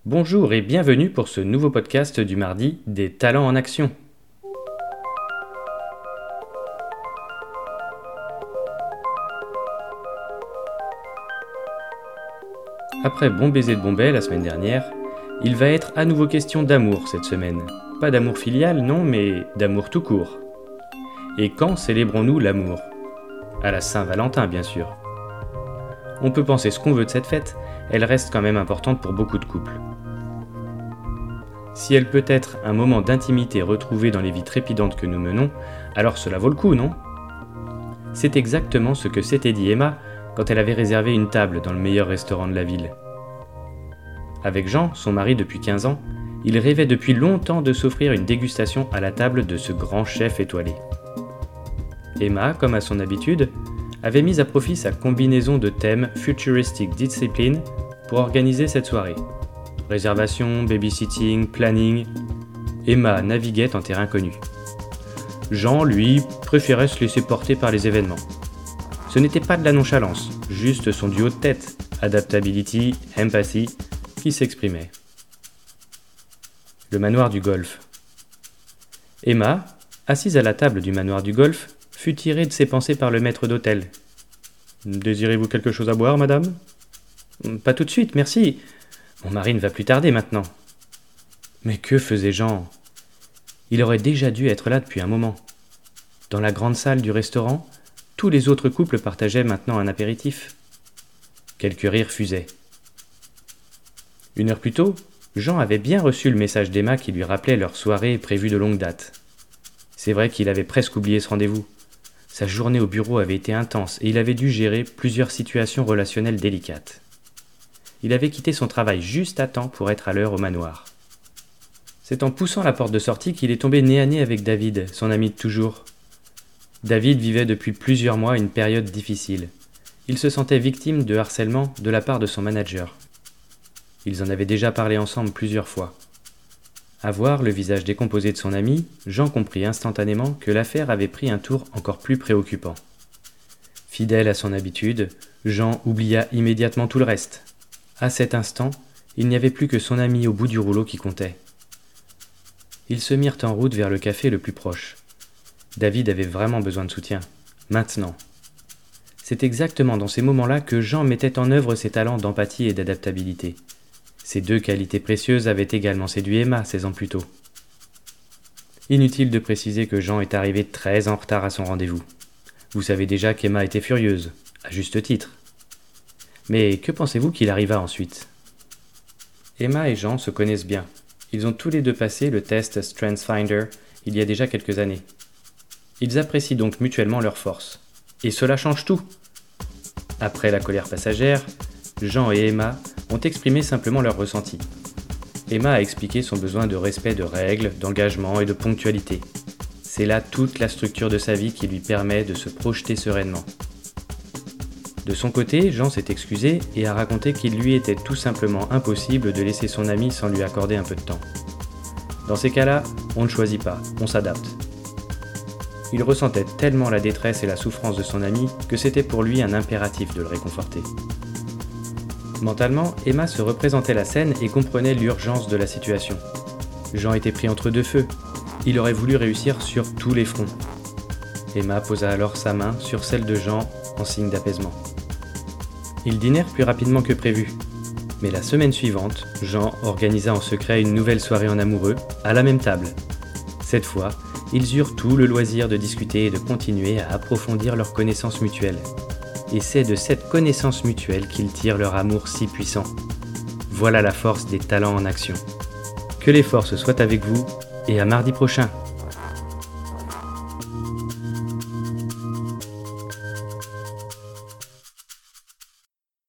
Bonjour et bienvenue pour ce nouveau podcast du mardi des talents en action. Après Bon baiser de Bombay la semaine dernière, il va être à nouveau question d'amour cette semaine. Pas d'amour filial, non, mais d'amour tout court. Et quand célébrons-nous l'amour ? À la Saint-Valentin, bien sûr. On peut penser ce qu'on veut de cette fête, elle reste quand même importante pour beaucoup de couples. Si elle peut être un moment d'intimité retrouvé dans les vies trépidantes que nous menons, alors cela vaut le coup, non ? C'est exactement ce que s'était dit Emma quand elle avait réservé une table dans le meilleur restaurant de la ville. Avec Jean, son mari depuis 15 ans, il rêvait depuis longtemps de s'offrir une dégustation à la table de ce grand chef étoilé. Emma, comme à son habitude, avait mis à profit sa combinaison de thèmes Futuristic Discipline pour organiser cette soirée. Réservation, babysitting, planning. Emma naviguait en terrain connu. Jean, lui, préférait se laisser porter par les événements. Ce n'était pas de la nonchalance, juste son duo de tête, adaptability, empathy, qui s'exprimait. Le manoir du golf. Emma, assise à la table du manoir du golf, fut tirée de ses pensées par le maître d'hôtel. « Désirez-vous quelque chose à boire, madame ?»« Pas tout de suite, merci. Mon mari ne va plus tarder maintenant. » Mais que faisait Jean ? Il aurait déjà dû être là depuis un moment. Dans la grande salle du restaurant, tous les autres couples partageaient maintenant un apéritif. Quelques rires fusaient. Une heure plus tôt, Jean avait bien reçu le message d'Emma qui lui rappelait leur soirée prévue de longue date. C'est vrai qu'il avait presque oublié ce rendez-vous. Sa journée au bureau avait été intense et il avait dû gérer plusieurs situations relationnelles délicates. Il avait quitté son travail juste à temps pour être à l'heure au manoir. C'est en poussant la porte de sortie qu'il est tombé nez à nez avec David, son ami de toujours. David vivait depuis plusieurs mois une période difficile. Il se sentait victime de harcèlement de la part de son manager. Ils en avaient déjà parlé ensemble plusieurs fois. À voir le visage décomposé de son ami, Jean comprit instantanément que l'affaire avait pris un tour encore plus préoccupant. Fidèle à son habitude, Jean oublia immédiatement tout le reste. À cet instant, il n'y avait plus que son ami au bout du rouleau qui comptait. Ils se mirent en route vers le café le plus proche. David avait vraiment besoin de soutien. Maintenant. C'est exactement dans ces moments-là que Jean mettait en œuvre ses talents d'empathie et d'adaptabilité. Ces deux qualités précieuses avaient également séduit Emma 16 ans plus tôt. Inutile de préciser que Jean est arrivé très en retard à son rendez-vous. Vous savez déjà qu'Emma était furieuse, à juste titre. Mais que pensez-vous qu'il arriva ensuite ? Emma et Jean se connaissent bien. Ils ont tous les deux passé le test StrengthsFinder il y a déjà quelques années. Ils apprécient donc mutuellement leurs forces. Et cela change tout. Après la colère passagère, Jean et Emma ont exprimé simplement leurs ressentis. Emma a expliqué son besoin de respect de règles, d'engagement et de ponctualité. C'est là toute la structure de sa vie qui lui permet de se projeter sereinement. De son côté, Jean s'est excusé et a raconté qu'il lui était tout simplement impossible de laisser son ami sans lui accorder un peu de temps. Dans ces cas-là, on ne choisit pas, on s'adapte. Il ressentait tellement la détresse et la souffrance de son ami que c'était pour lui un impératif de le réconforter. Mentalement, Emma se représentait la scène et comprenait l'urgence de la situation. Jean était pris entre deux feux. Il aurait voulu réussir sur tous les fronts. Emma posa alors sa main sur celle de Jean en signe d'apaisement. Ils dînèrent plus rapidement que prévu. Mais la semaine suivante, Jean organisa en secret une nouvelle soirée en amoureux, à la même table. Cette fois, ils eurent tout le loisir de discuter et de continuer à approfondir leurs connaissances mutuelles. Et c'est de cette connaissance mutuelle qu'ils tirent leur amour si puissant. Voilà la force des talents en action. Que les forces soient avec vous et à mardi prochain.